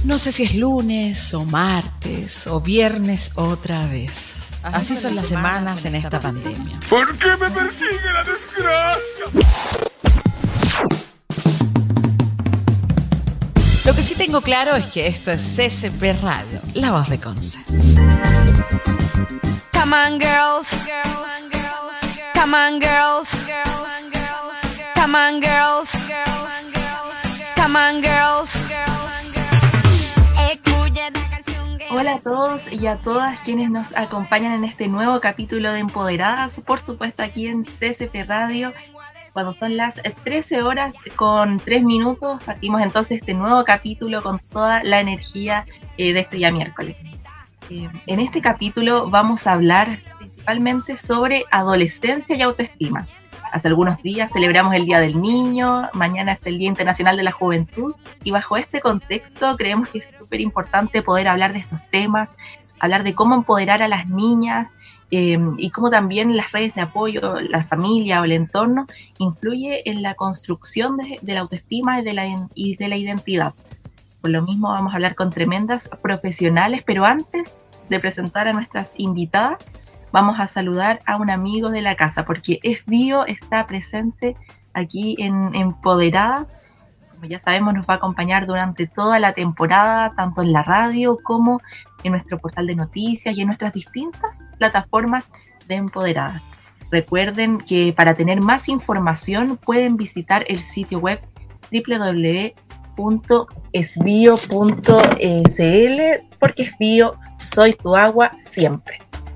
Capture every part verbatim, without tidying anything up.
No sé si es lunes o martes o viernes otra vez. Así, Así son las semanas en esta pandemia. ¿Por qué me persigue la desgracia? Lo que sí tengo claro es que esto es C C P Radio, la voz de Conce. Come on, girls. Come on, girls. Come on, girls. Come on, girls. Hola a todos y a todas quienes nos acompañan en este nuevo capítulo de Empoderadas, por supuesto aquí en C C P Radio. Cuando son las trece horas con tres minutos, partimos entonces este nuevo capítulo con toda la energía eh, de este día miércoles. Eh, en este capítulo vamos a hablar principalmente sobre adolescencia y autoestima. Hace algunos días celebramos el Día del Niño, mañana es el Día Internacional de la Juventud, y bajo este contexto creemos que es súper importante poder hablar de estos temas, hablar de cómo empoderar a las niñas, eh, y cómo también las redes de apoyo, la familia o el entorno, influye en la construcción de, de la autoestima y de la, y de la identidad. Por lo mismo vamos a hablar con tremendas profesionales, pero antes de presentar a nuestras invitadas, vamos a saludar a un amigo de la casa, porque Esbio está presente aquí en Empoderadas. Como ya sabemos, nos va a acompañar durante toda la temporada, tanto en la radio como en nuestro portal de noticias y en nuestras distintas plataformas de Empoderadas. Recuerden que para tener más información pueden visitar el sitio web doble u doble u doble u punto esbio punto c l, porque Esbio, soy tu agua siempre.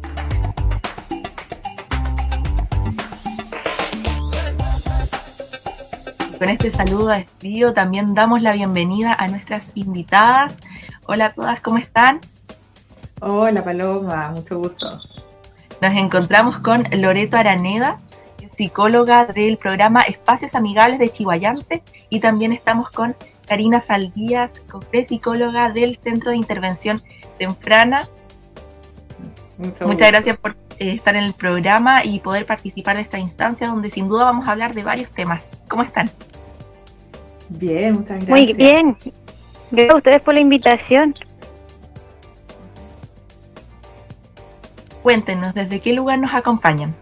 Con este saludo a Esbio también damos la bienvenida a nuestras invitadas. Hola a todas, ¿cómo están? Hola Paloma, mucho gusto. Nos encontramos con Loreto Araneda, psicóloga del programa Espacios Amigables de Chihuayante, y también estamos con Karina Saldías, psicóloga del Centro de Intervención Temprana. Mucho Muchas gusto. Gracias por eh, estar en el programa y poder participar de esta instancia donde sin duda vamos a hablar de varios temas. ¿Cómo están? Bien, muchas gracias. Muy bien. Gracias a ustedes por la invitación. Cuéntenos, ¿desde qué lugar nos acompañan?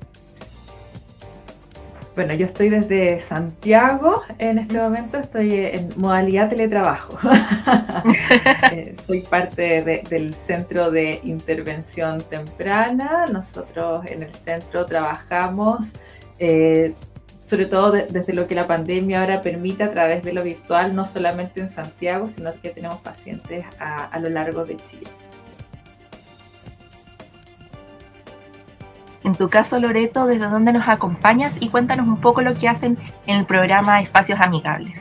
Bueno, yo estoy desde Santiago, en este momento estoy en modalidad teletrabajo. eh, soy parte de, del Centro de Intervención Temprana. Nosotros en el centro trabajamos eh, sobre todo de, desde lo que la pandemia ahora permite a través de lo virtual, no solamente en Santiago, sino que tenemos pacientes a, a lo largo de Chile. En tu caso, Loreto, ¿desde dónde nos acompañas? Y cuéntanos un poco lo que hacen en el programa Espacios Amigables.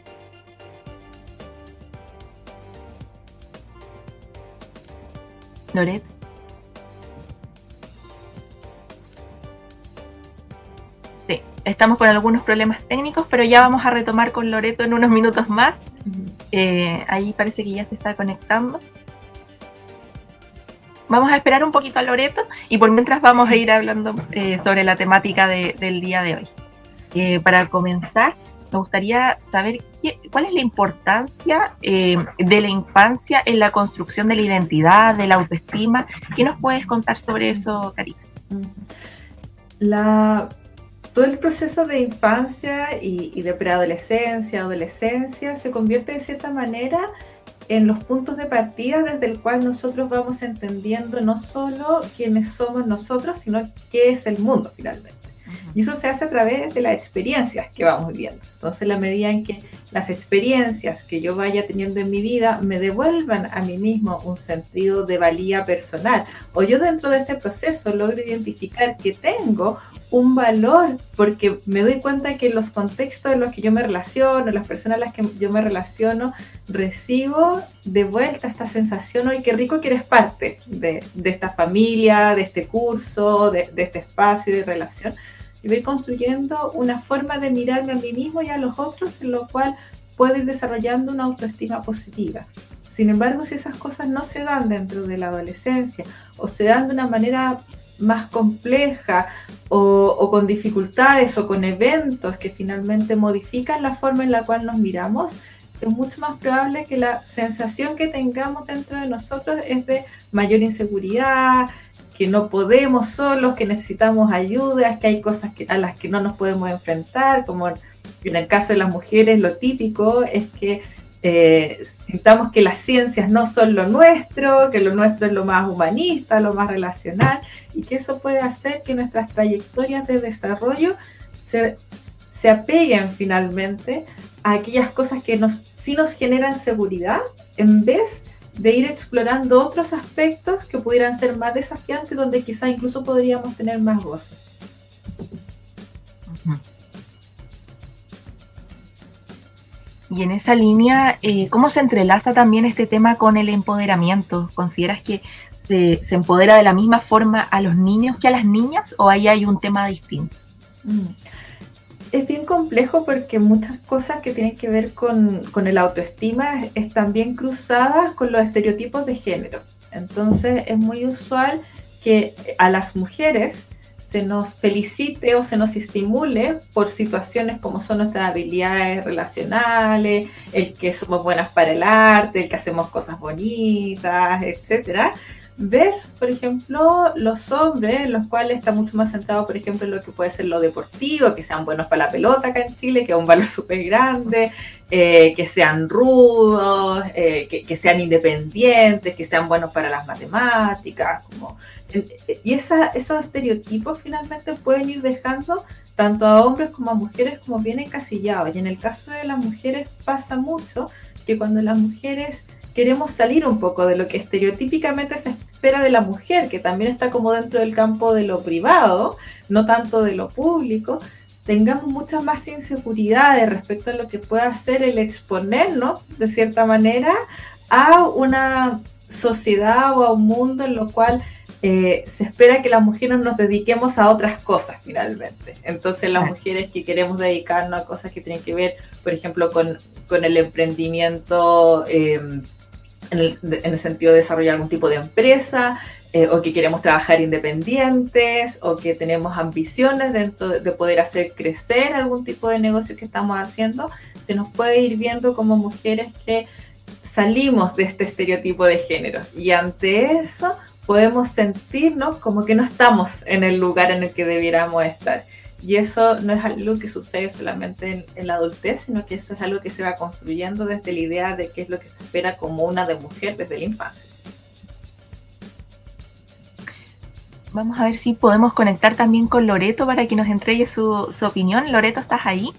Loreto. Sí, estamos con algunos problemas técnicos, pero ya vamos a retomar con Loreto en unos minutos más. Uh-huh. Eh, ahí parece que ya se está conectando. Vamos a esperar un poquito a Loreto y por mientras vamos a ir hablando eh, sobre la temática de, del día de hoy. Eh, para comenzar, me gustaría saber qué, cuál es la importancia eh, de la infancia en la construcción de la identidad, de la autoestima. ¿Qué nos puedes contar sobre eso, Karina? La, todo el proceso de infancia y, y de preadolescencia, adolescencia, se convierte de cierta manera en los puntos de partida desde el cual nosotros vamos entendiendo no solo quiénes somos nosotros, sino qué es el mundo finalmente. Uh-huh. Y eso se hace a través de las experiencias que vamos viviendo. Entonces, la medida en que las experiencias que yo vaya teniendo en mi vida me devuelvan a mí mismo un sentido de valía personal, o yo dentro de este proceso logro identificar que tengo un valor, porque me doy cuenta que en los contextos en los que yo me relaciono, las personas a las que yo me relaciono, recibo de vuelta esta sensación, oye, qué rico que eres parte de, de esta familia, de este curso, de, de este espacio de relación. Y voy construyendo una forma de mirarme a mí mismo y a los otros, en lo cual puedo ir desarrollando una autoestima positiva. Sin embargo, si esas cosas no se dan dentro de la adolescencia o se dan de una manera más compleja o, o con dificultades o con eventos que finalmente modifican la forma en la cual nos miramos, es mucho más probable que la sensación que tengamos dentro de nosotros es de mayor inseguridad, que no podemos solos, que necesitamos ayuda, que hay cosas que, a las que no nos podemos enfrentar, como en el caso de las mujeres lo típico es que eh, sintamos que las ciencias no son lo nuestro, que lo nuestro es lo más humanista, lo más relacional, y que eso puede hacer que nuestras trayectorias de desarrollo se, se apeguen finalmente a aquellas cosas que nos, sí nos generan seguridad, en vez de ir explorando otros aspectos que pudieran ser más desafiantes, donde quizás incluso podríamos tener más goce. Y en esa línea, eh, ¿cómo se entrelaza también este tema con el empoderamiento? ¿Consideras que se, se empodera de la misma forma a los niños que a las niñas, o ahí hay un tema distinto? Mm. Es bien complejo porque muchas cosas que tienen que ver con, con el autoestima están bien cruzadas con los estereotipos de género. Entonces es muy usual que a las mujeres se nos felicite o se nos estimule por situaciones como son nuestras habilidades relacionales, el que somos buenas para el arte, el que hacemos cosas bonitas, etcétera. Versus, por ejemplo, los hombres, los cuales están mucho más centrados, por ejemplo, en lo que puede ser lo deportivo, que sean buenos para la pelota acá en Chile, que es un valor súper grande, eh, que sean rudos, eh, que, que sean independientes, que sean buenos para las matemáticas. Como, y esa, esos estereotipos finalmente pueden ir dejando tanto a hombres como a mujeres como bien encasillados. Y en el caso de las mujeres pasa mucho que cuando las mujeres queremos salir un poco de lo que estereotípicamente se espera de la mujer, que también está como dentro del campo de lo privado, no tanto de lo público, tengamos muchas más inseguridades respecto a lo que pueda ser el exponernos, de cierta manera, a una sociedad o a un mundo en lo cual eh, se espera que las mujeres nos dediquemos a otras cosas finalmente. Entonces las mujeres que queremos dedicarnos a cosas que tienen que ver, por ejemplo, con, con el emprendimiento, eh, En el, en el sentido de desarrollar algún tipo de empresa, eh, o que queremos trabajar independientes, o que tenemos ambiciones dentro de, de poder hacer crecer algún tipo de negocio que estamos haciendo, se nos puede ir viendo como mujeres que salimos de este estereotipo de género, y ante eso podemos sentirnos como que no estamos en el lugar en el que debiéramos estar. Y eso no es algo que sucede solamente en, en la adultez, sino que eso es algo que se va construyendo desde la idea de qué es lo que se espera como una de mujer desde la infancia. Vamos a ver si podemos conectar también con Loreto para que nos entregue su, su opinión. Loreto, ¿estás ahí?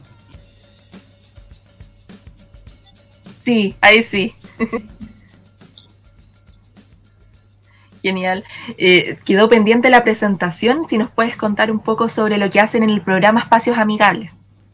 Sí, ahí sí. Genial. Eh, quedó pendiente la presentación. Si nos puedes contar un poco sobre lo que hacen en el programa Espacios Amigables.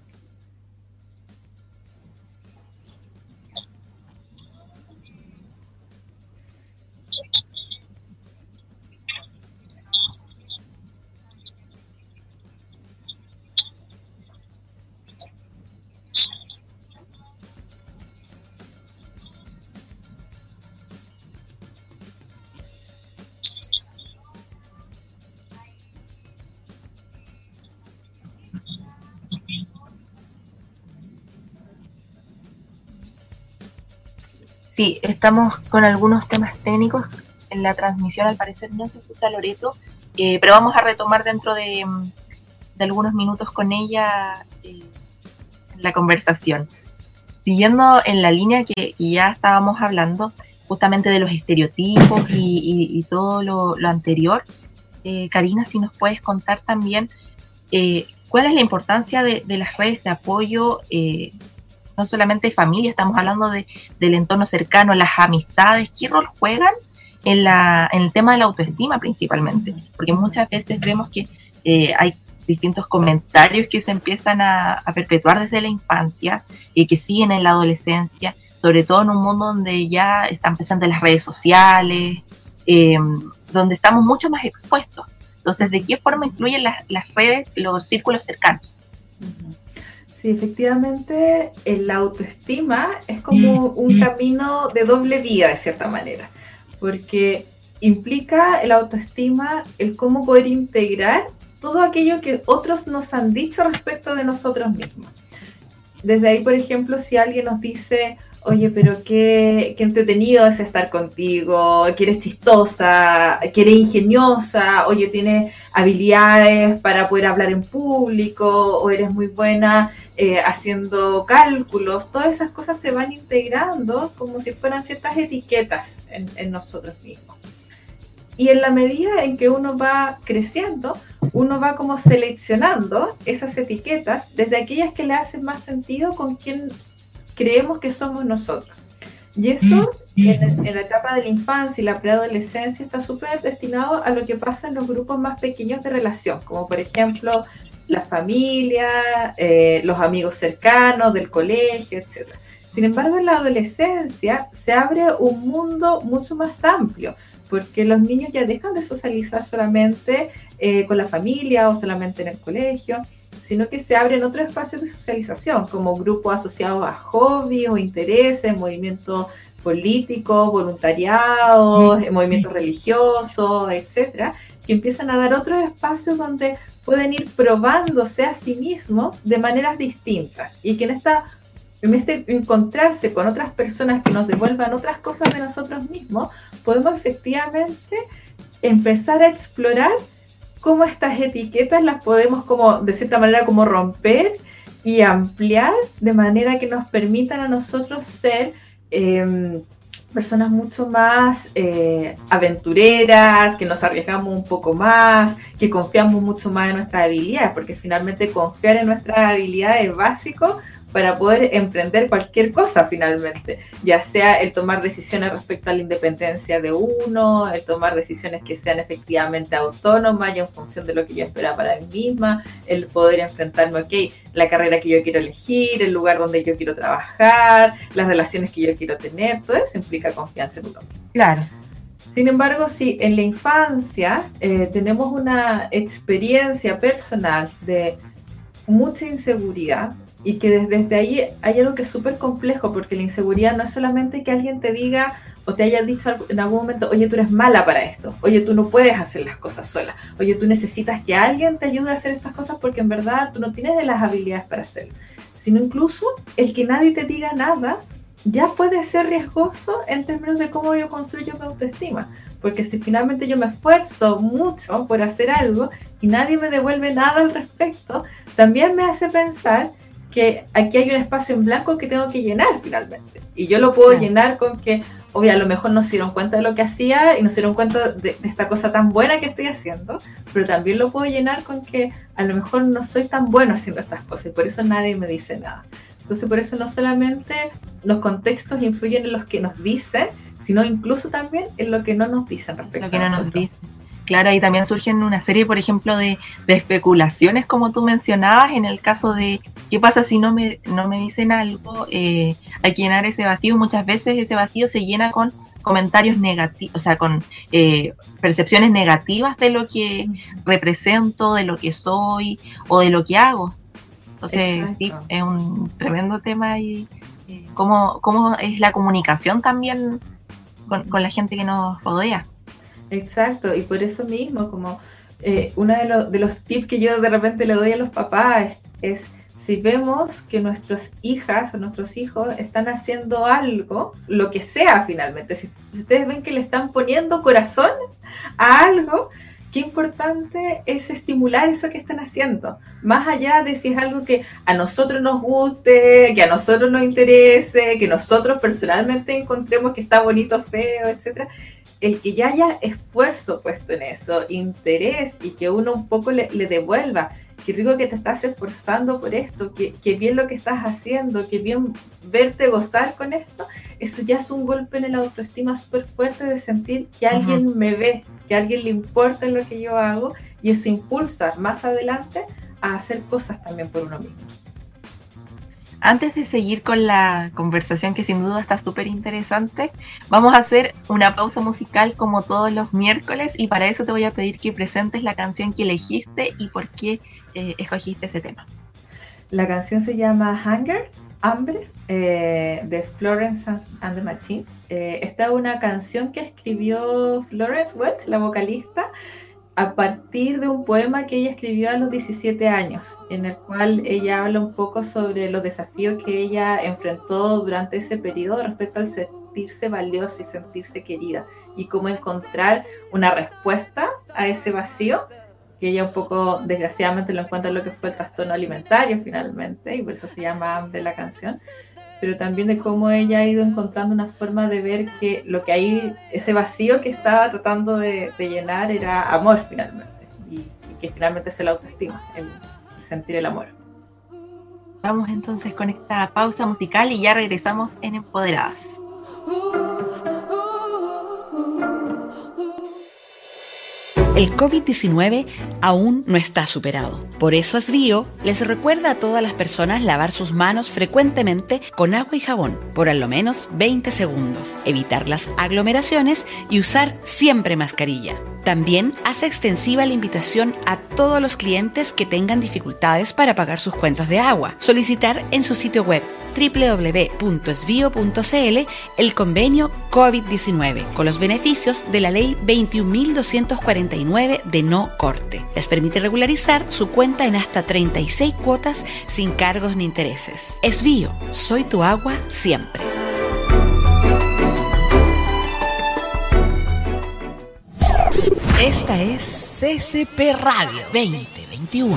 Sí, estamos con algunos temas técnicos en la transmisión, al parecer no se escucha Loreto, eh, pero vamos a retomar dentro de, de algunos minutos con ella eh, la conversación. Siguiendo en la línea que, que ya estábamos hablando, justamente de los estereotipos y, y, y todo lo, lo anterior, eh, Karina, si nos puedes contar también eh, cuál es la importancia de, de las redes de apoyo, eh, no solamente de familia, estamos hablando de, del entorno cercano, las amistades, ¿qué rol juegan en, la, en el tema de la autoestima principalmente? Porque muchas veces vemos que eh, hay distintos comentarios que se empiezan a, a perpetuar desde la infancia y que siguen en la adolescencia, sobre todo en un mundo donde ya están presentes las redes sociales, eh, donde estamos mucho más expuestos. Entonces, ¿de qué forma influyen las, las redes, los círculos cercanos? Uh-huh. Sí, efectivamente, la autoestima es como un camino de doble vía, de cierta manera, porque implica el autoestima el cómo poder integrar todo aquello que otros nos han dicho respecto de nosotros mismos. Desde ahí, por ejemplo, si alguien nos dice, oye, pero qué, qué entretenido es estar contigo, que eres chistosa, que eres ingeniosa, oye, tienes habilidades para poder hablar en público, o eres muy buena eh, haciendo cálculos. Todas esas cosas se van integrando como si fueran ciertas etiquetas en, en nosotros mismos. Y en la medida en que uno va creciendo, uno va como seleccionando esas etiquetas desde aquellas que le hacen más sentido con quien creemos que somos nosotros. Y eso en, en la etapa de la infancia y la preadolescencia está súper destinado a lo que pasa en los grupos más pequeños de relación, como por ejemplo la familia, eh, los amigos cercanos del colegio, etcétera. Sin embargo, en la adolescencia se abre un mundo mucho más amplio, porque los niños ya dejan de socializar solamente eh, con la familia o solamente en el colegio, sino que se abren otros espacios de socialización, como grupos asociados a hobbies o intereses, movimientos políticos, voluntariados, sí, movimientos sí. religiosos, etcétera, que empiezan a dar otros espacios donde pueden ir probándose a sí mismos de maneras distintas, y que en esta en este encontrarse con otras personas que nos devuelvan otras cosas de nosotros mismos, podemos efectivamente empezar a explorar cómo estas etiquetas las podemos como, de cierta manera, como romper y ampliar de manera que nos permitan a nosotros ser eh, personas mucho más eh, aventureras, que nos arriesgamos un poco más, que confiamos mucho más en nuestras habilidades, porque finalmente confiar en nuestras habilidades es básico para poder emprender cualquier cosa finalmente, ya sea el tomar decisiones respecto a la independencia de uno, el tomar decisiones que sean efectivamente autónomas y en función de lo que yo espero para mí misma, el poder enfrentarme, ok, la carrera que yo quiero elegir, el lugar donde yo quiero trabajar, las relaciones que yo quiero tener, todo eso implica confianza en uno. Claro. Sin embargo, si en la infancia eh, tenemos una experiencia personal de mucha inseguridad, y que desde, desde ahí hay algo que es súper complejo, porque la inseguridad no es solamente que alguien te diga o te haya dicho en algún momento, oye, tú eres mala para esto, oye, tú no puedes hacer las cosas sola, oye, tú necesitas que alguien te ayude a hacer estas cosas porque en verdad tú no tienes las habilidades para hacerlo, sino incluso el que nadie te diga nada ya puede ser riesgoso en términos de cómo yo construyo mi autoestima, porque si finalmente yo me esfuerzo mucho por hacer algo y nadie me devuelve nada al respecto, también me hace pensar que aquí hay un espacio en blanco que tengo que llenar finalmente. Y yo lo puedo sí. llenar con que, obvio, a lo mejor no se dieron cuenta de lo que hacía y no se dieron cuenta de, de esta cosa tan buena que estoy haciendo, pero también lo puedo llenar con que a lo mejor no soy tan bueno haciendo estas cosas y por eso nadie me dice nada. Entonces, por eso no solamente los contextos influyen en los que nos dicen, sino incluso también en lo que no nos dicen respecto lo que a no nosotros. Nos dicen. Claro, ahí también surgen una serie, por ejemplo, de, de especulaciones, como tú mencionabas, en el caso de qué pasa si no me, no me dicen algo, eh, hay que llenar ese vacío. Muchas veces ese vacío se llena con comentarios negativos, o sea, con eh, percepciones negativas de lo que represento, de lo que soy o de lo que hago. Entonces, sí, es un tremendo tema y eh, cómo, cómo es la comunicación también con, con la gente que nos rodea. Exacto, y por eso mismo, como eh, uno de, lo, de los tips que yo de repente le doy a los papás es, es si vemos que nuestras hijas o nuestros hijos están haciendo algo, lo que sea finalmente, si, si ustedes ven que le están poniendo corazón a algo, qué importante es estimular eso que están haciendo, más allá de si es algo que a nosotros nos guste, que a nosotros nos interese, que nosotros personalmente encontremos que está bonito, feo, etcétera. El que ya haya esfuerzo puesto en eso, interés, y que uno un poco le, le devuelva, que rico que te estás esforzando por esto, que, que bien lo que estás haciendo, que bien verte gozar con esto, eso ya es un golpe en la autoestima súper fuerte de sentir que alguien uh-huh. me ve, que a alguien le importa lo que yo hago, y eso impulsa más adelante a hacer cosas también por uno mismo. Antes de seguir con la conversación, que sin duda está súper interesante, vamos a hacer una pausa musical como todos los miércoles, y para eso te voy a pedir que presentes la canción que elegiste y por qué eh, escogiste ese tema. La canción se llama Hunger, Hambre, eh, de Florence and the Machine. Eh, esta es una canción que escribió Florence Welch, la vocalista, a partir de un poema que ella escribió a los diecisiete años, en el cual ella habla un poco sobre los desafíos que ella enfrentó durante ese periodo respecto al sentirse valiosa y sentirse querida, y cómo encontrar una respuesta a ese vacío, que ella un poco desgraciadamente lo encuentra en lo que fue el trastorno alimentario finalmente, y por eso se llama Hambre la canción, pero también de cómo ella ha ido encontrando una forma de ver que lo que hay, ese vacío que estaba tratando de, de llenar era amor finalmente, y, y que finalmente es la autoestima, el, el sentir el amor. Vamos entonces con esta pausa musical y ya regresamos en Empoderadas. El COVID diecinueve aún no está superado. Por eso Asbio les recuerda a todas las personas lavar sus manos frecuentemente con agua y jabón por al menos veinte segundos, evitar las aglomeraciones y usar siempre mascarilla. También hace extensiva la invitación a todos los clientes que tengan dificultades para pagar sus cuentas de agua. Solicitar en su sitio web doble u doble u doble u punto esbio punto c l el convenio COVID diecinueve con los beneficios de la ley veintiún mil doscientos cuarenta y nueve de no corte. Les permite regularizar su cuenta en hasta treinta y seis cuotas sin cargos ni intereses. Esbio, soy tu agua siempre. Esta es C C P Radio veinte veintiuno.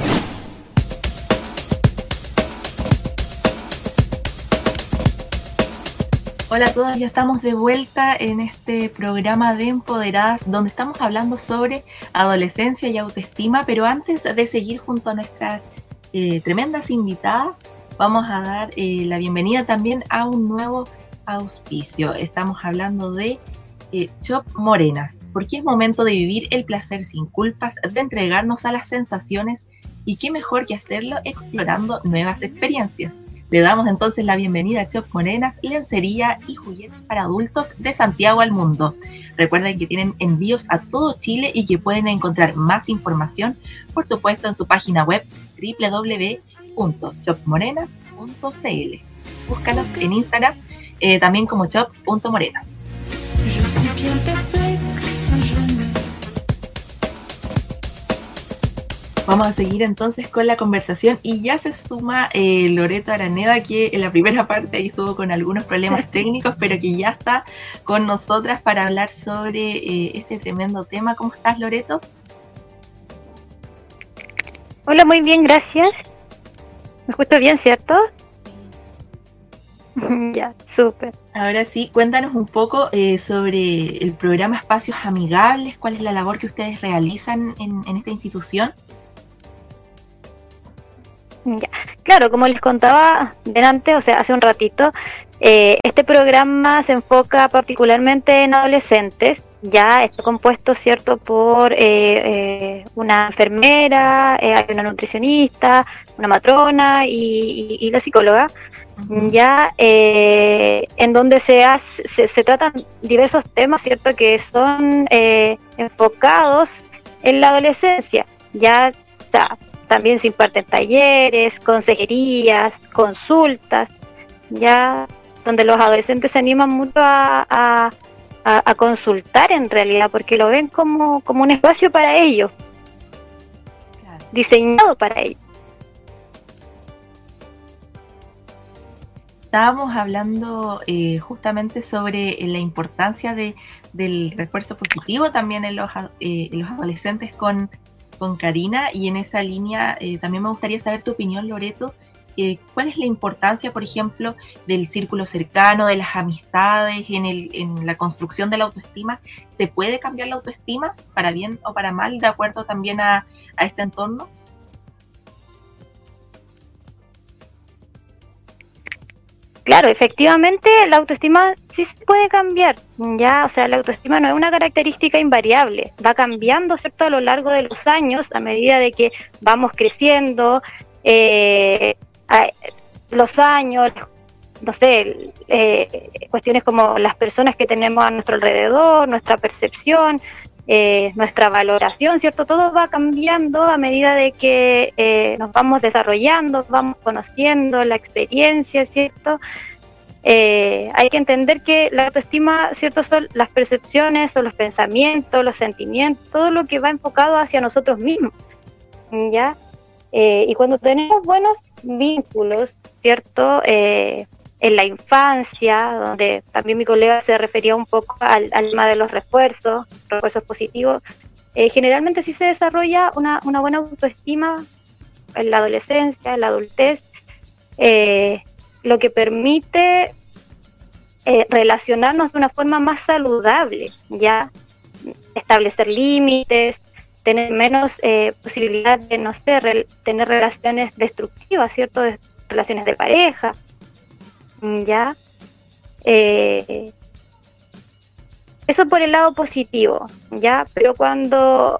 Hola a todas, ya estamos de vuelta en este programa de Empoderadas, donde estamos hablando sobre adolescencia y autoestima, pero antes de seguir junto a nuestras eh, tremendas invitadas, vamos a dar eh, la bienvenida también a un nuevo auspicio. Estamos hablando de eh, Shop Morenas, porque es momento de vivir el placer sin culpas, de entregarnos a las sensaciones, y qué mejor que hacerlo explorando nuevas experiencias. Le damos entonces la bienvenida a Shop Morenas, lencería y juguetes para adultos de Santiago al mundo. Recuerden que tienen envíos a todo Chile y que pueden encontrar más información, por supuesto, en su página web doble u doble u doble u punto shop morenas punto c l. Búscalos en Instagram, eh, también como shop punto morenas. Vamos a seguir entonces con la conversación y ya se suma eh, Loreto Araneda, que en la primera parte ahí estuvo con algunos problemas técnicos, pero que ya está con nosotras para hablar sobre eh, este tremendo tema. ¿Cómo estás, Loreto? Hola, muy bien, gracias. ¿Me escucho bien, cierto? Ya, súper. Ahora sí, cuéntanos un poco eh, sobre el programa Espacios Amigables, cuál es la labor que ustedes realizan en, en esta institución. Ya. Claro, como les contaba delante, o sea, hace un ratito, eh, este programa se enfoca particularmente en adolescentes. Ya está compuesto, cierto, por eh, eh, una enfermera, eh, hay una nutricionista, una matrona y, y, y la psicóloga. Uh-huh. Ya eh, en donde se, hace, se se tratan diversos temas, cierto, que son eh, enfocados en la adolescencia. Ya está. También se imparten talleres, consejerías, consultas, ya donde los adolescentes se animan mucho a, a, a, a consultar en realidad, porque lo ven como, como un espacio para ellos, claro, diseñado para ellos. Estábamos hablando eh, justamente sobre la importancia de, del refuerzo positivo también en los, eh, en los adolescentes con con Karina, y en esa línea eh, también me gustaría saber tu opinión, Loreto. Eh, ¿cuál es la importancia, por ejemplo, del círculo cercano, de las amistades en, el, en la construcción de la autoestima? ¿Se puede cambiar la autoestima para bien o para mal, de acuerdo también a, a este entorno? Claro, efectivamente la autoestima sí se puede cambiar, ya, o sea, la autoestima no es una característica invariable, va cambiando, ¿cierto?, a lo largo de los años, a medida de que vamos creciendo, eh, a, los años, no sé, eh, cuestiones como las personas que tenemos a nuestro alrededor, nuestra percepción, eh, nuestra valoración, ¿cierto? Todo va cambiando a medida de que eh, nos vamos desarrollando, vamos conociendo la experiencia, ¿cierto? eh, hay que entender que la autoestima, cierto, son las percepciones o los pensamientos, los sentimientos, todo lo que va enfocado hacia nosotros mismos, ¿ya? Eh, y cuando tenemos buenos vínculos, ¿cierto? Eh, en la infancia, donde también mi colega se refería un poco al, al tema de los refuerzos, refuerzos positivos, eh, generalmente sí se desarrolla una, una buena autoestima en la adolescencia, en la adultez, eh, lo que permite eh, relacionarnos de una forma más saludable, ya establecer límites, tener menos eh, posibilidad de, no sé, re, tener relaciones destructivas, ¿cierto? De, relaciones de pareja, ya. Eh, eso por el lado positivo, ya, pero cuando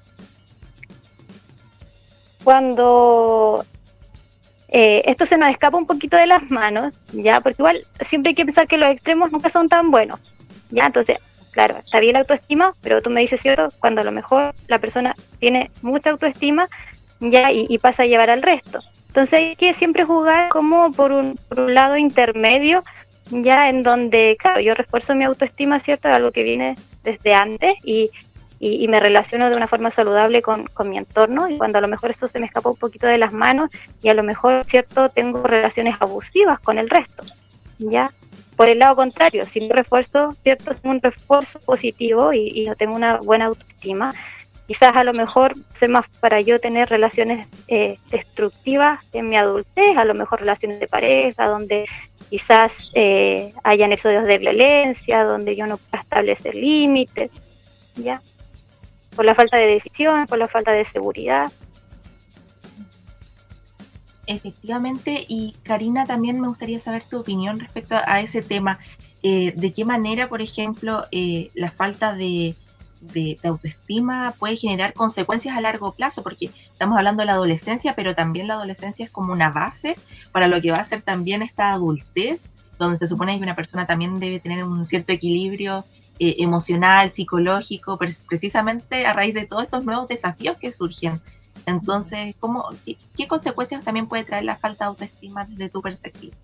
cuando eh, esto se nos escapa un poquito de las manos, ya, porque igual siempre hay que pensar que los extremos nunca son tan buenos, ya, entonces, claro, está bien la autoestima, pero tú me dices, cierto, cuando a lo mejor la persona tiene mucha autoestima, ya, y, y pasa a llevar al resto. Entonces hay que siempre jugar como por un, por un lado intermedio, ya, en donde, claro, yo refuerzo mi autoestima, cierto, algo que viene desde antes, y, y, y me relaciono de una forma saludable con, con mi entorno, y cuando a lo mejor esto se me escapa un poquito de las manos, y a lo mejor, cierto, tengo relaciones abusivas con el resto, ya. Por el lado contrario, si mi refuerzo, cierto, tengo un refuerzo positivo y, y no tengo una buena autoestima, quizás a lo mejor sea más para yo tener relaciones eh, destructivas en mi adultez, a lo mejor relaciones de pareja, donde quizás eh, hayan episodios de violencia, donde yo no pueda establecer límites, ¿ya? Por la falta de decisión, por la falta de seguridad. Efectivamente, y Karina, también me gustaría saber tu opinión respecto a ese tema. Eh, ¿de qué manera, por ejemplo, eh, la falta de, de, de autoestima puede generar consecuencias a largo plazo? Porque estamos hablando de la adolescencia, pero también la adolescencia es como una base para lo que va a ser también esta adultez, donde se supone que una persona también debe tener un cierto equilibrio eh, emocional, psicológico, precisamente a raíz de todos estos nuevos desafíos que surgen. Entonces, ¿cómo, qué, ¿qué consecuencias también puede traer la falta de autoestima desde tu perspectiva?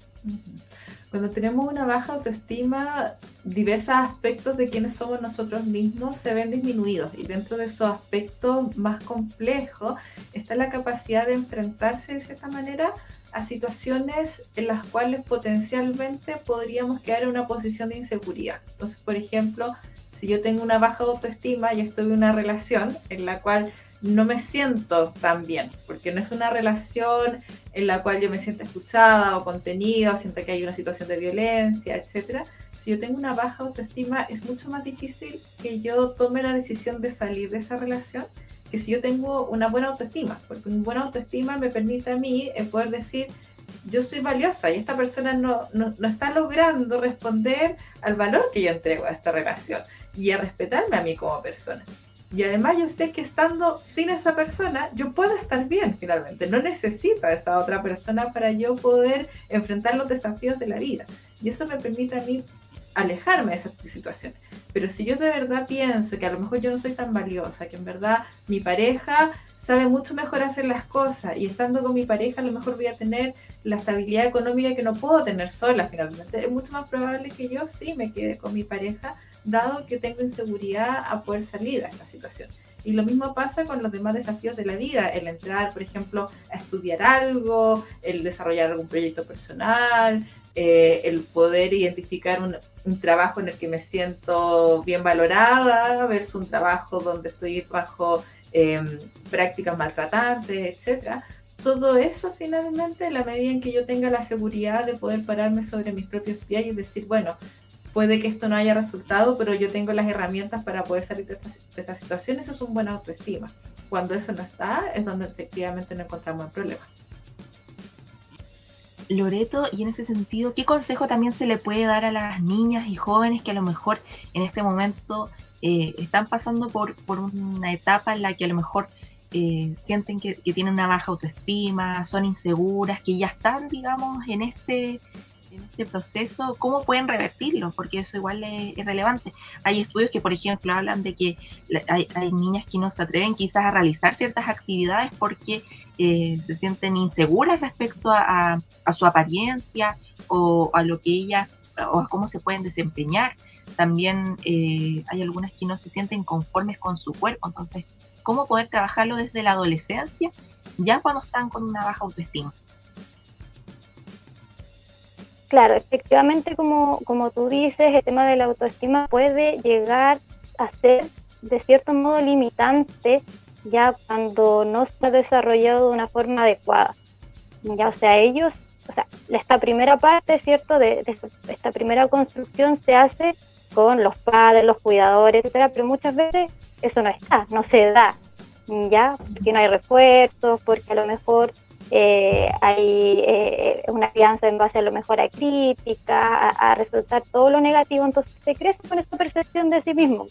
Cuando tenemos una baja autoestima, diversos aspectos de quiénes somos nosotros mismos se ven disminuidos, y dentro de esos aspectos más complejos está la capacidad de enfrentarse de cierta manera a situaciones en las cuales potencialmente podríamos quedar en una posición de inseguridad. Entonces, por ejemplo, si yo tengo una baja autoestima y estoy en una relación en la cual no me siento tan bien, porque no es una relación en la cual yo me siento escuchada o contenida, o siento que hay una situación de violencia, etcétera. Si yo tengo una baja autoestima, es mucho más difícil que yo tome la decisión de salir de esa relación que si yo tengo una buena autoestima, porque una buena autoestima me permite a mí el poder decir, yo soy valiosa y esta persona no, no, no está logrando responder al valor que yo entrego a esta relación y a respetarme a mí como persona. Y además yo sé que estando sin esa persona, yo puedo estar bien finalmente. No necesito a esa otra persona para yo poder enfrentar los desafíos de la vida. Y eso me permite a mí alejarme de esas situaciones. Pero si yo de verdad pienso que a lo mejor yo no soy tan valiosa, que en verdad mi pareja sabe mucho mejor hacer las cosas, y estando con mi pareja a lo mejor voy a tener la estabilidad económica que no puedo tener sola finalmente, es mucho más probable que yo sí me quede con mi pareja, dado que tengo inseguridad a poder salir de esta situación. Y lo mismo pasa con los demás desafíos de la vida, el entrar, por ejemplo, a estudiar algo, el desarrollar algún proyecto personal, eh, el poder identificar un, un trabajo en el que me siento bien valorada, versus un trabajo donde estoy bajo eh, prácticas maltratantes, etcétera. Todo eso finalmente, en la medida en que yo tenga la seguridad de poder pararme sobre mis propios pies y decir, bueno, puede que esto no haya resultado, pero yo tengo las herramientas para poder salir de esta, de esta situación. Eso es un buena autoestima. Cuando eso no está, es donde efectivamente no encontramos el problema. Loreto, y en ese sentido, ¿qué consejo también se le puede dar a las niñas y jóvenes que a lo mejor en este momento eh, están pasando por, por una etapa en la que a lo mejor eh, sienten que, que tienen una baja autoestima, son inseguras, que ya están, digamos, en este... en este proceso, ¿cómo pueden revertirlo? Porque eso igual es, es relevante. Hay estudios que, por ejemplo, hablan de que hay, hay niñas que no se atreven quizás a realizar ciertas actividades porque eh, se sienten inseguras respecto a, a, a su apariencia o a lo que ellas, o a cómo se pueden desempeñar. También eh, hay algunas que no se sienten conformes con su cuerpo. Entonces, ¿cómo poder trabajarlo desde la adolescencia, ya cuando están con una baja autoestima? Claro, efectivamente, como, como tú dices, el tema de la autoestima puede llegar a ser de cierto modo limitante ya cuando no se ha desarrollado de una forma adecuada. Ya, o sea, ellos, o sea, esta primera parte, ¿cierto? De, de esta primera construcción se hace con los padres, los cuidadores, etcétera, pero muchas veces eso no está, no se da, ya, porque no hay refuerzos, porque a lo mejor eh, hay eh, una crianza en base a lo mejor a crítica, a, a resaltar todo lo negativo, entonces se crece con esta percepción de sí mismo,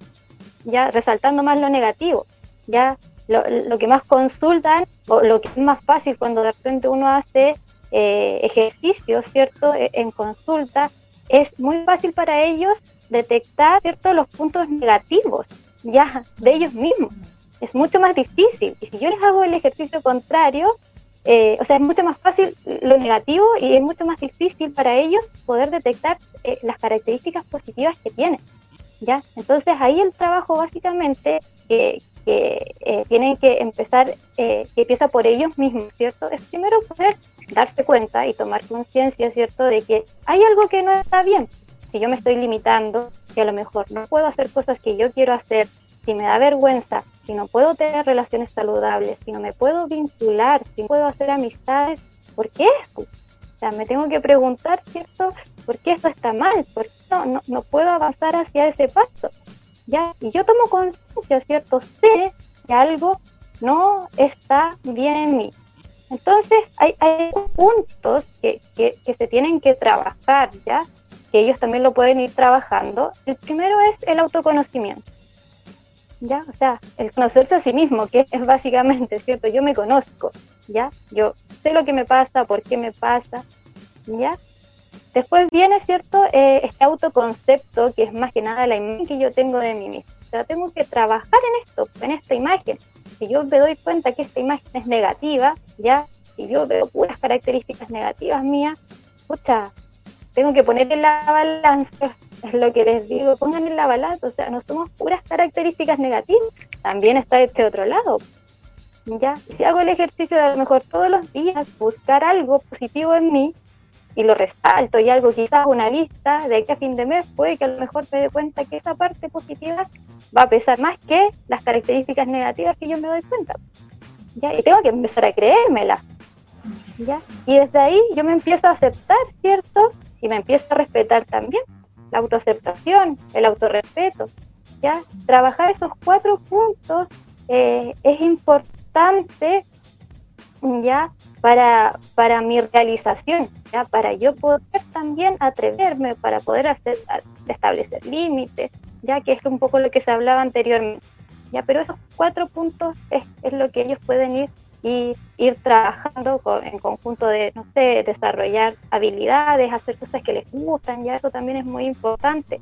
ya, resaltando más lo negativo, ya, lo, lo que más consultan, o lo que es más fácil cuando de repente uno hace eh, ejercicios, ¿cierto?, en consulta, es muy fácil para ellos detectar, ¿cierto?, los puntos negativos, ya, de ellos mismos. Es mucho más difícil. Y si yo les hago el ejercicio contrario, eh, o sea, es mucho más fácil lo negativo y es mucho más difícil para ellos poder detectar eh, las características positivas que tienen, ¿ya? Entonces, ahí el trabajo básicamente que, que eh, tienen que empezar, eh, que empieza por ellos mismos, ¿cierto? Es primero poder darse cuenta y tomar conciencia, ¿cierto?, de que hay algo que no está bien. Si yo me estoy limitando, si a lo mejor no puedo hacer cosas que yo quiero hacer, si me da vergüenza, si no puedo tener relaciones saludables, si no me puedo vincular, si no puedo hacer amistades, ¿por qué esto? O sea, me tengo que preguntar, ¿cierto?, ¿por qué esto está mal? ¿Por qué no, no, no puedo avanzar hacia ese paso? ¿Ya? Y yo tomo conciencia, ¿cierto? Sé que algo no está bien en mí. Entonces, hay, hay puntos que, que, que se tienen que trabajar, ¿ya? Que ellos también lo pueden ir trabajando. El primero es el autoconocimiento, ¿ya? O sea, el conocerse a sí mismo, que es básicamente, ¿cierto? Yo me conozco, ¿ya? Yo sé lo que me pasa, por qué me pasa, ¿ya? Después viene, ¿cierto?, eh, este autoconcepto, que es más que nada la imagen que yo tengo de mí mismo. O sea, tengo que trabajar en esto, en esta imagen. Si yo me doy cuenta que esta imagen es negativa, ¿ya? Si yo veo puras características negativas mías, pucha, tengo que poner en la balanza, es lo que les digo, pongan en la balanza, o sea, no somos puras características negativas, también está este otro lado, ¿ya? Si hago el ejercicio de a lo mejor todos los días, buscar algo positivo en mí, y lo resalto, y algo quizás una lista, de aquí a fin de mes puede que a lo mejor me dé cuenta que esa parte positiva va a pesar más que las características negativas que yo me doy cuenta, ¿ya? Y tengo que empezar a creérmela, ¿ya? Y desde ahí yo me empiezo a aceptar, ¿cierto? Y me empiezo a respetar también, la autoaceptación, el autorrespeto, ¿ya? Trabajar esos cuatro puntos eh, es importante, ¿ya? Para, para mi realización, ¿ya? Para yo poder también atreverme, para poder hacer, establecer límites, ya que es un poco lo que se hablaba anteriormente, ¿ya? Pero esos cuatro puntos es, es lo que ellos pueden ir y ir trabajando con, en conjunto de, no sé, desarrollar habilidades, hacer cosas que les gustan, ya eso también es muy importante.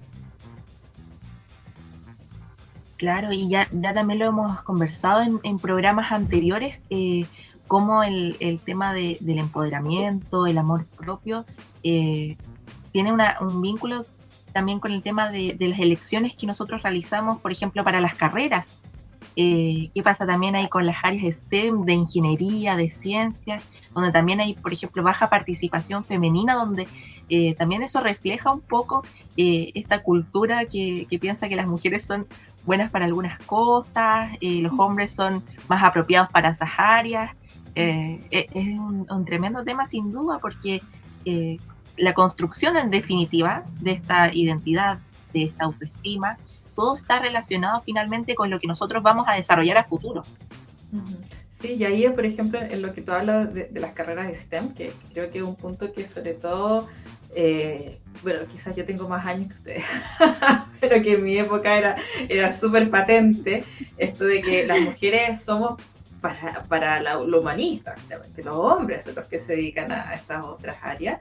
Claro, y ya, ya también lo hemos conversado en, en programas anteriores, eh, cómo el, el tema de, del empoderamiento, el amor propio, eh, tiene una, un vínculo también con el tema de, de las elecciones que nosotros realizamos, por ejemplo, para las carreras. Eh, ¿Qué pasa también ahí con las áreas STEM, de ingeniería, de ciencias, donde también hay, por ejemplo, baja participación femenina, donde eh, también eso refleja un poco eh, esta cultura que, que piensa que las mujeres son buenas para algunas cosas, eh, los hombres son más apropiados para esas áreas? Eh, es un, un tremendo tema sin duda, porque eh, la construcción en definitiva de esta identidad, de esta autoestima, todo está relacionado finalmente con lo que nosotros vamos a desarrollar a futuro. Sí, y ahí, por ejemplo, en lo que tú hablas de, de las carreras STEM, que creo que es un punto que sobre todo, eh, bueno, quizás yo tengo más años que ustedes, pero que en mi época era, era súper patente, esto de que las mujeres somos para, para la, lo humanista, los hombres son los que se dedican a, a estas otras áreas.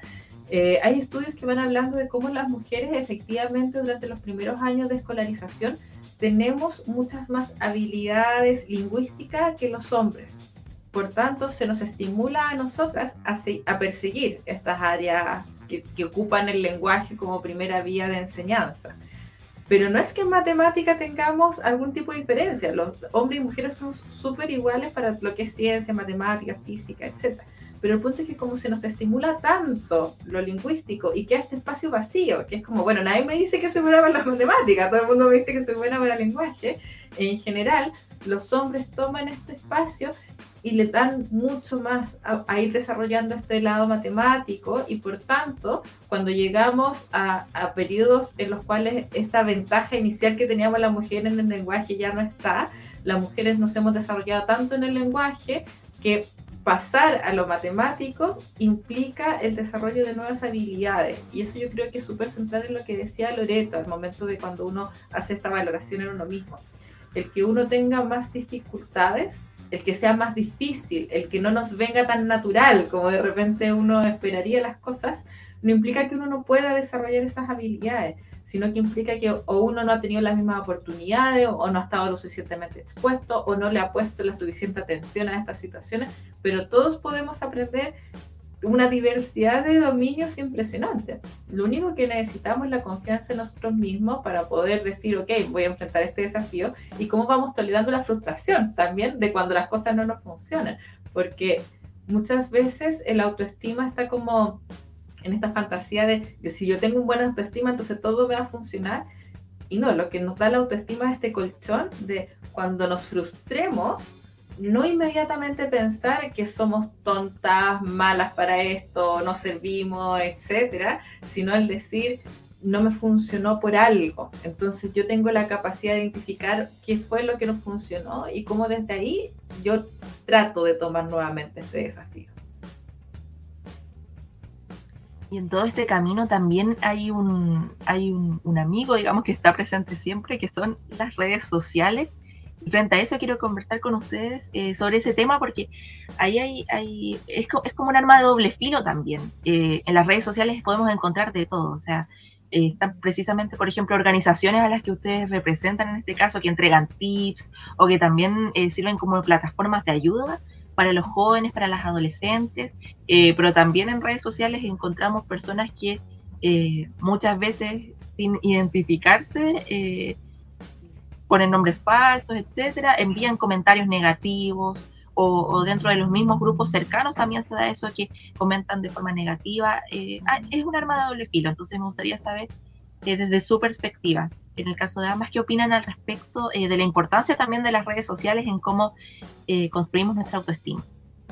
Eh, hay estudios que van hablando de cómo las mujeres efectivamente durante los primeros años de escolarización tenemos muchas más habilidades lingüísticas que los hombres. Por tanto, se nos estimula a nosotras a, a perseguir estas áreas que, que ocupan el lenguaje como primera vía de enseñanza. Pero no es que en matemática tengamos algún tipo de diferencia. Los hombres y mujeres son súper iguales para lo que es ciencia, matemática, física, etcétera. Pero el punto es que como se nos estimula tanto lo lingüístico y queda este espacio vacío, que es como, bueno, nadie me dice que soy buena para las matemáticas, todo el mundo me dice que soy buena para el lenguaje. En general, los hombres toman este espacio y le dan mucho más a, a ir desarrollando este lado matemático, y por tanto, cuando llegamos a, a periodos en los cuales esta ventaja inicial que teníamos las mujeres en el lenguaje ya no está, las mujeres nos hemos desarrollado tanto en el lenguaje que pasar a lo matemático implica el desarrollo de nuevas habilidades, y eso yo creo que es súper central en lo que decía Loreto al momento de cuando uno hace esta valoración en uno mismo. El que uno tenga más dificultades, el que sea más difícil, el que no nos venga tan natural como de repente uno esperaría las cosas, no implica que uno no pueda desarrollar esas habilidades, sino que implica que o uno no ha tenido las mismas oportunidades, o no ha estado lo suficientemente expuesto, o no le ha puesto la suficiente atención a estas situaciones, pero todos podemos aprender una diversidad de dominios impresionante. Lo único que necesitamos es la confianza en nosotros mismos para poder decir, ok, voy a enfrentar este desafío, y cómo vamos tolerando la frustración también de cuando las cosas no nos funcionan, porque muchas veces el autoestima está como en esta fantasía de que si yo tengo un buen autoestima, entonces todo me va a funcionar, y no, lo que nos da la autoestima es este colchón de cuando nos frustremos, no inmediatamente pensar que somos tontas, malas para esto, no servimos, etcétera, sino el decir, no me funcionó por algo. Entonces yo tengo la capacidad de identificar qué fue lo que no funcionó y cómo desde ahí yo trato de tomar nuevamente este desafío. Y en todo este camino también hay un, hay un, un amigo, digamos, que está presente siempre, que son las redes sociales. Y frente a eso quiero conversar con ustedes eh, sobre ese tema, porque ahí hay, hay es, co- es como un arma de doble filo también. Eh, en las redes sociales podemos encontrar de todo, o sea, eh, están precisamente, por ejemplo, organizaciones a las que ustedes representan en este caso, que entregan tips o que también eh, sirven como plataformas de ayuda para los jóvenes, para las adolescentes, eh, pero también en redes sociales encontramos personas que eh, muchas veces sin identificarse eh, ponen nombres falsos, etcétera, envían comentarios negativos, o, o dentro de los mismos grupos cercanos también se da eso, que comentan de forma negativa. Eh, ah, es un arma de doble filo, entonces me gustaría saber eh, desde su perspectiva, en el caso de ambas, ¿qué opinan al respecto eh, de la importancia también de las redes sociales en cómo eh, construimos nuestra autoestima?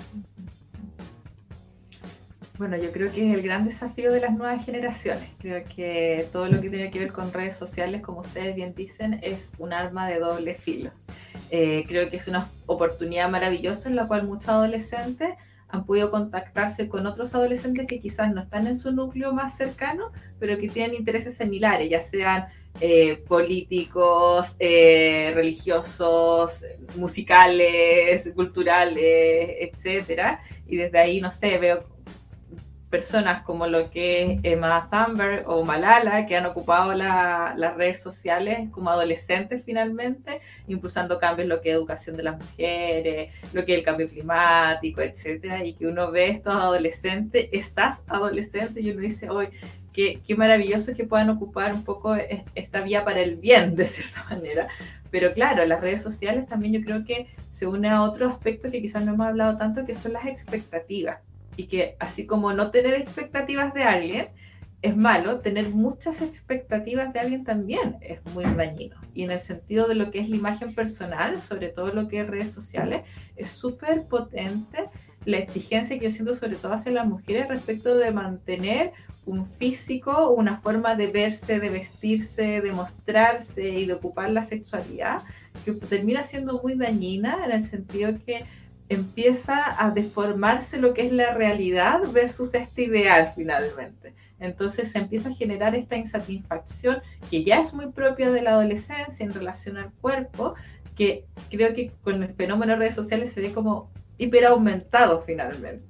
Bueno, yo creo que es el gran desafío de las nuevas generaciones. Creo que todo lo que tiene que ver con redes sociales, como ustedes bien dicen, es un arma de doble filo. Eh, creo que es una oportunidad maravillosa en la cual muchos adolescentes han podido contactarse con otros adolescentes que quizás no están en su núcleo más cercano, pero que tienen intereses similares, ya sean eh, políticos, eh, religiosos, musicales, culturales, etcétera. Y desde ahí, no sé, veo personas como lo que es Emma Thunberg o Malala, que han ocupado la, las redes sociales como adolescentes finalmente, impulsando cambios en lo que es educación de las mujeres, lo que es el cambio climático, etcétera, y que uno ve estos adolescentes, estás adolescente, y uno dice, hoy qué, qué maravilloso que puedan ocupar un poco esta vía para el bien, de cierta manera. Pero claro, las redes sociales también yo creo que se une a otro aspecto que quizás no hemos hablado tanto, que son las expectativas. Y que así como no tener expectativas de alguien es malo, tener muchas expectativas de alguien también es muy dañino. Y en el sentido de lo que es la imagen personal, sobre todo lo que es redes sociales, es súper potente la exigencia que yo siento sobre todo hacia las mujeres respecto de mantener un físico, una forma de verse, de vestirse, de mostrarse y de ocupar la sexualidad, que termina siendo muy dañina en el sentido que empieza a deformarse lo que es la realidad versus este ideal finalmente. Entonces se empieza a generar esta insatisfacción que ya es muy propia de la adolescencia en relación al cuerpo, que creo que con el fenómeno de redes sociales se ve como hiperaumentado finalmente.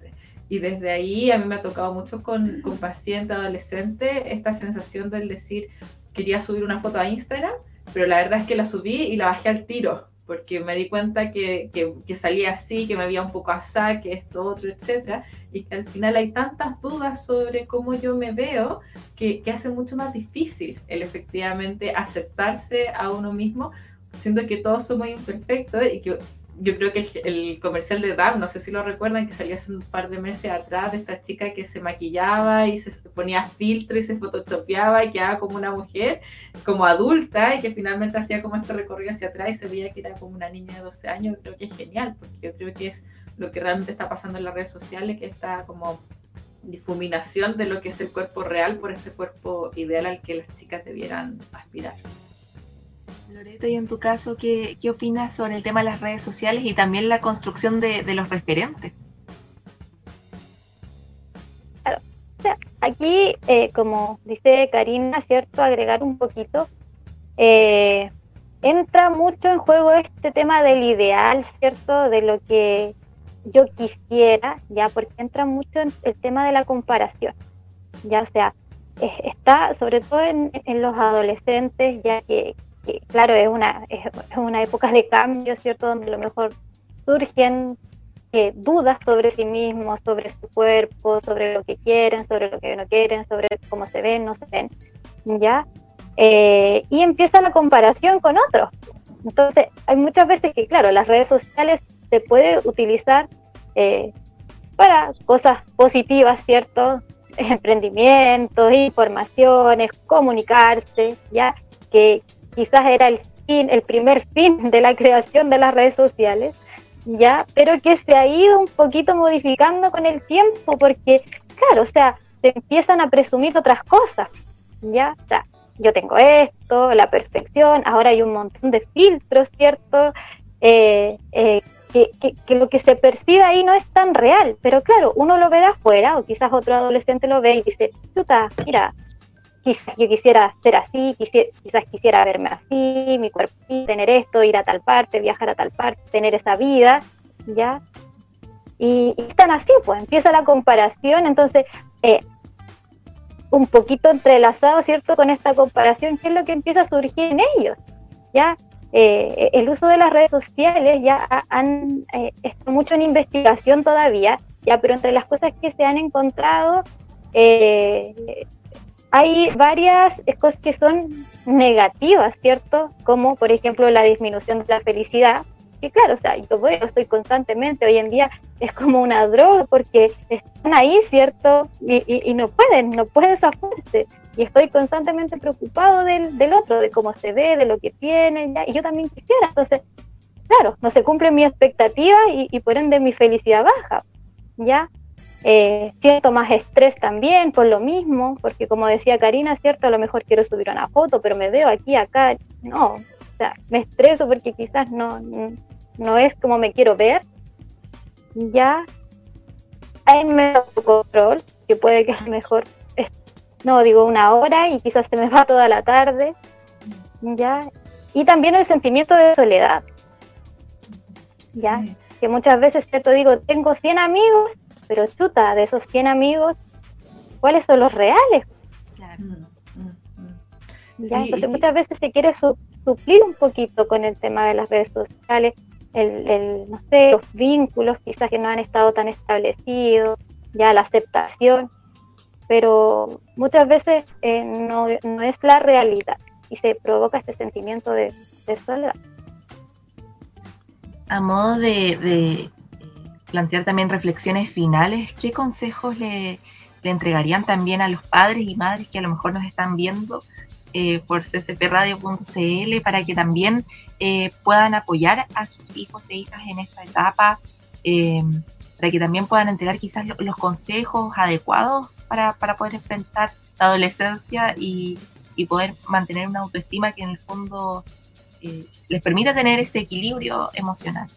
Y desde ahí a mí me ha tocado mucho con, con pacientes adolescentes esta sensación del decir, quería subir una foto a Instagram, pero la verdad es que la subí y la bajé al tiro, porque me di cuenta que, que, que salía así, que me veía un poco asá, que esto, otro, etcétera, y que al final hay tantas dudas sobre cómo yo me veo que, que hace mucho más difícil el efectivamente aceptarse a uno mismo, siendo que todos somos imperfectos y que yo creo que el, el comercial de Dove, no sé si lo recuerdan, que salió hace un par de meses atrás, de esta chica que se maquillaba y se ponía filtro y se photoshopeaba y quedaba como una mujer, como adulta, y que finalmente hacía como este recorrido hacia atrás y se veía que era como una niña de doce años. Yo creo que es genial, porque yo creo que es lo que realmente está pasando en las redes sociales, que está como difuminación de lo que es el cuerpo real por este cuerpo ideal al que las chicas debieran aspirar. Loreto, y en tu caso, ¿qué, qué opinas sobre el tema de las redes sociales y también la construcción de, de los referentes? Claro, o sea, aquí, eh, como dice Karina, ¿cierto? Agregar un poquito, eh, entra mucho en juego este tema del ideal, ¿cierto? De lo que yo quisiera, ya, porque entra mucho en el tema de la comparación, ya, o sea, eh, está sobre todo en, en los adolescentes, ya que que claro, es una, es una época de cambio, ¿cierto? Donde a lo mejor surgen eh, dudas sobre sí mismos, sobre su cuerpo, sobre lo que quieren, sobre lo que no quieren, sobre cómo se ven, no se ven, ¿ya? Eh, y empieza la comparación con otros. Entonces, hay muchas veces que, claro, las redes sociales se puede utilizar eh, para cosas positivas, ¿cierto? Emprendimientos, informaciones, comunicarse, ¿ya? Que quizás era el fin, el primer fin de la creación de las redes sociales, ya, pero que se ha ido un poquito modificando con el tiempo, porque, claro, o sea, se empiezan a presumir otras cosas, ya, o sea, yo tengo esto, la perfección, ahora hay un montón de filtros, ¿cierto? Eh, eh, que, que, que lo que se percibe ahí no es tan real, pero claro, uno lo ve de afuera, o quizás otro adolescente lo ve y dice, chuta, mira, quizás yo quisiera ser así, quisiera, quizás quisiera verme así, mi cuerpo así, tener esto, ir a tal parte, viajar a tal parte, tener esa vida, ¿ya? Y, y están así, pues, empieza la comparación, entonces, eh, un poquito entrelazado, ¿cierto?, con esta comparación, ¿qué es lo que empieza a surgir en ellos? ¿Ya? Eh, el uso de las redes sociales ya han, eh, está mucho en investigación todavía, ya, pero entre las cosas que se han encontrado, eh, hay varias cosas que son negativas, ¿cierto? Como, por ejemplo, la disminución de la felicidad. Y claro, o sea, yo veo, estoy constantemente, hoy en día es como una droga porque están ahí, ¿cierto? Y, y, y no pueden, no pueden zafarse. Y estoy constantemente preocupado del, del otro, de cómo se ve, de lo que tiene, ¿ya? Y yo también quisiera. Entonces, claro, no se cumple mi expectativa y, y por ende mi felicidad baja, ¿ya? Eh, siento más estrés también por lo mismo, porque como decía Karina, cierto, a lo mejor quiero subir una foto, pero me veo aquí, acá, no, o sea, me estreso porque quizás no, no es como me quiero ver, ya hay menos control, que puede que a lo mejor, es, no, digo una hora y quizás se me va toda la tarde, ya, y también el sentimiento de soledad, ya, sí. Que muchas veces, cierto, digo, tengo cien amigos, pero chuta, de esos cien amigos, ¿cuáles son los reales? Claro. ¿Ya? Sí, Entonces y... muchas veces se quiere su, suplir un poquito con el tema de las redes sociales, el, el, no sé, los vínculos quizás que no han estado tan establecidos, ya la aceptación, pero muchas veces eh, no, no es la realidad y se provoca este sentimiento de, de soledad. A modo de... de... plantear también reflexiones finales, ¿qué consejos le, le entregarían también a los padres y madres que a lo mejor nos están viendo eh, por c c p radio punto c l para que también eh, puedan apoyar a sus hijos e hijas en esta etapa, eh, para que también puedan entregar quizás lo, los consejos adecuados para, para poder enfrentar la adolescencia y, y poder mantener una autoestima que en el fondo eh, les permita tener ese equilibrio emocional?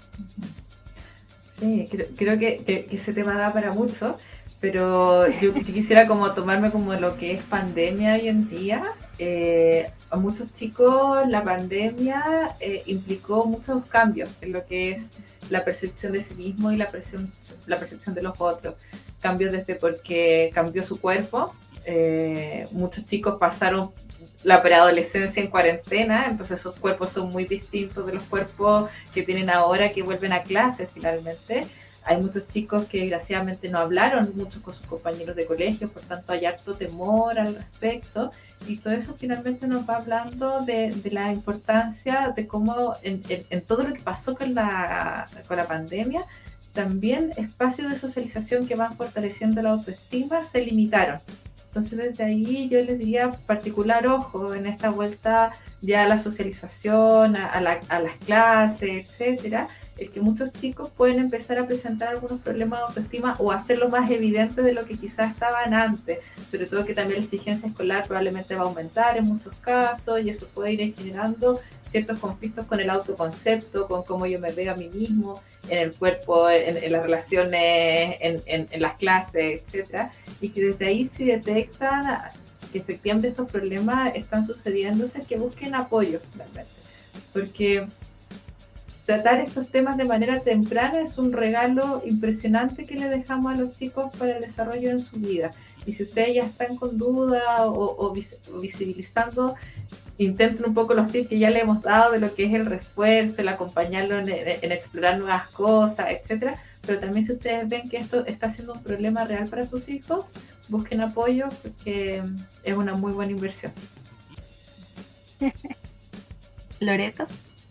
Sí, creo, creo que, que, que ese tema da para mucho, pero yo, yo quisiera como tomarme como lo que es pandemia hoy en día. Eh, a muchos chicos la pandemia eh, implicó muchos cambios en lo que es la percepción de sí mismo y la, percepción, la percepción de los otros. Cambios desde porque cambió su cuerpo, eh, muchos chicos pasaron la preadolescencia en cuarentena, entonces sus cuerpos son muy distintos de los cuerpos que tienen ahora que vuelven a clases finalmente. Hay muchos chicos que desgraciadamente no hablaron mucho con sus compañeros de colegio, por tanto hay harto temor al respecto, y todo eso finalmente nos va hablando de, de la importancia de cómo en, en, en todo lo que pasó con la, con la pandemia, también espacios de socialización que van fortaleciendo la autoestima se limitaron. Entonces desde ahí yo les diría particular ojo en esta vuelta ya a la socialización, a, a, la, a las clases, etcétera, el que muchos chicos pueden empezar a presentar algunos problemas de autoestima o hacerlo más evidente de lo que quizás estaban antes, sobre todo que también la exigencia escolar probablemente va a aumentar en muchos casos y eso puede ir generando ciertos conflictos con el autoconcepto, con cómo yo me veo a mí mismo, en el cuerpo, en, en las relaciones, en, en, en las clases, etcétera, y que desde ahí si detectan que efectivamente estos problemas están sucediéndose, que busquen apoyo realmente, porque tratar estos temas de manera temprana es un regalo impresionante que le dejamos a los chicos para el desarrollo en su vida. Y si ustedes ya están con duda o, o, vis, o visibilizando, intenten un poco los tips que ya le hemos dado de lo que es el refuerzo, el acompañarlo en, en, en explorar nuevas cosas, etcétera. Pero también si ustedes ven que esto está siendo un problema real para sus hijos, busquen apoyo porque es una muy buena inversión. Loreto.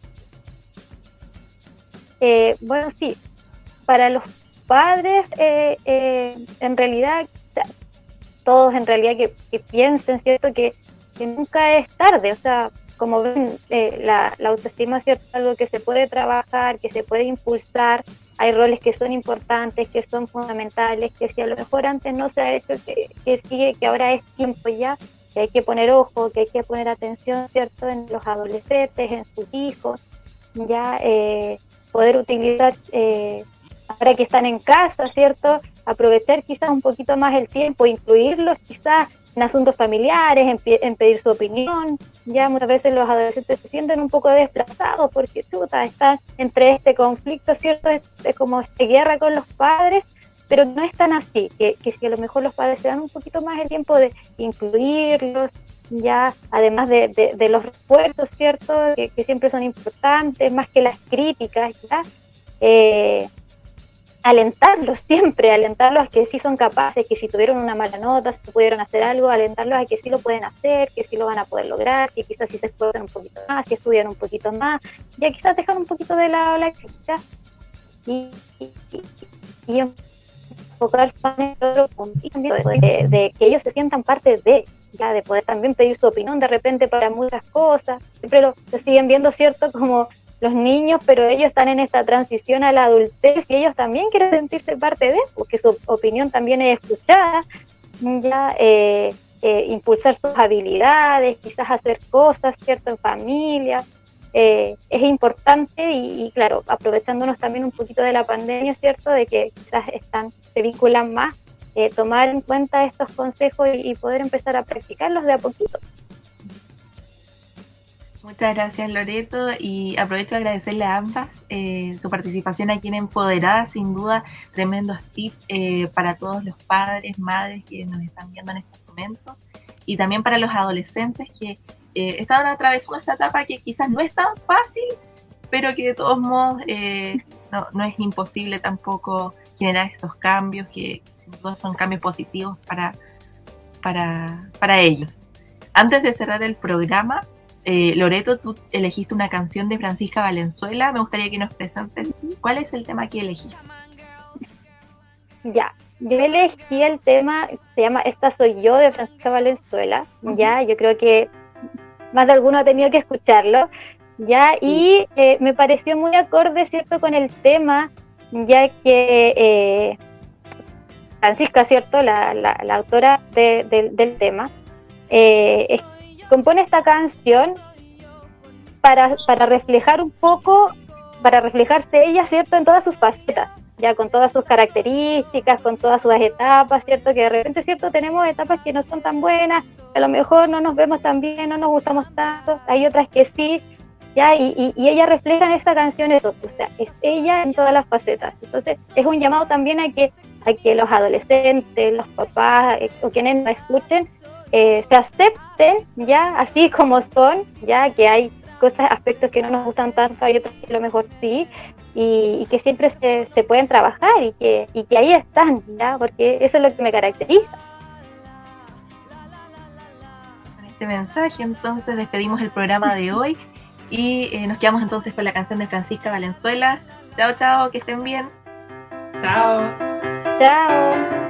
Eh, bueno, sí, para los padres, eh, eh, en realidad, todos en realidad que, que piensen, ¿cierto?, que, que nunca es tarde, o sea, como ven, eh, la, la autoestima es cierto, algo que se puede trabajar, que se puede impulsar, hay roles que son importantes, que son fundamentales, que si a lo mejor antes no se ha hecho, que, que sigue, que ahora es tiempo ya, que hay que poner ojo, que hay que poner atención, ¿cierto?, en los adolescentes, en sus hijos, ya, eh, poder utilizar, eh, ahora que están en casa, ¿cierto?, aprovechar quizás un poquito más el tiempo, incluirlos quizás en asuntos familiares, en, en pedir su opinión. Ya muchas veces los adolescentes se sienten un poco desplazados porque chuta, están entre este conflicto, ¿cierto?, es, es como esta guerra con los padres, pero no es tan así, que, que si a lo mejor los padres se dan un poquito más el tiempo de incluirlos, ya además de, de, de los refuerzos, ¿cierto?, que, que siempre son importantes, más que las críticas, ya, eh, alentarlos siempre, alentarlos a que sí son capaces, que si tuvieron una mala nota, si pudieron hacer algo, alentarlos a que sí lo pueden hacer, que sí lo van a poder lograr, que quizás si se esfuerzan un poquito más, si estudian un poquito más, ya quizás dejan un poquito de lado la crítica y, y, y, y enfocarse en otro puntito de, de, de que ellos se sientan parte de, ya de poder también pedir su opinión de repente para muchas cosas, siempre lo, lo siguen viendo, ¿cierto?, como los niños, pero ellos están en esta transición a la adultez y ellos también quieren sentirse parte de, porque su opinión también es escuchada, ya eh, eh, impulsar sus habilidades, quizás hacer cosas, ¿cierto?, en familia, eh, es importante y, y claro, aprovechándonos también un poquito de la pandemia, ¿cierto?, de que quizás están, se vinculan más, eh, tomar en cuenta estos consejos y, y poder empezar a practicarlos de a poquito. Muchas gracias, Loreto, y aprovecho de agradecerle a ambas eh, su participación aquí en Empoderada, sin duda tremendos tips eh, para todos los padres, madres que nos están viendo en estos momentos, y también para los adolescentes que eh, están atravesando esta etapa que quizás no es tan fácil, pero que de todos modos eh, no, no es imposible tampoco generar estos cambios, que sin duda son cambios positivos para, para, para ellos. Antes de cerrar el programa, Eh, Loreto, tú elegiste una canción de Francisca Valenzuela. Me gustaría que nos presentes cuál es el tema que elegiste. Ya, yo elegí el tema, se llama Esta soy yo, de Francisca Valenzuela. Uh-huh. Ya, yo creo que más de alguno ha tenido que escucharlo. Ya, y eh, me pareció muy acorde, ¿cierto?, con el tema, ya que eh, Francisca, ¿cierto?, la, la, la autora de, de, del tema, eh, es compone esta canción para, para reflejar un poco, para reflejarse ella, ¿cierto?, en todas sus facetas, ya con todas sus características, con todas sus etapas, ¿cierto?, que de repente, ¿cierto?, tenemos etapas que no son tan buenas, a lo mejor no nos vemos tan bien, no nos gustamos tanto, hay otras que sí, ¿ya? Y, y, y ella refleja en esta canción eso, o sea, es ella en todas las facetas. Entonces, es un llamado también a que, a que los adolescentes, los papás, eh, o quienes nos escuchen, eh, se acepten, ya, así como son, ya, que hay cosas, aspectos que no nos gustan tanto, hay otros que a lo mejor sí, y, y que siempre se, se pueden trabajar, y que, y que ahí están, ya, porque eso es lo que me caracteriza. Con este mensaje, entonces, despedimos el programa de hoy, y eh, nos quedamos entonces con la canción de Francisca Valenzuela. Chao, chao, que estén bien. Chao. Chao.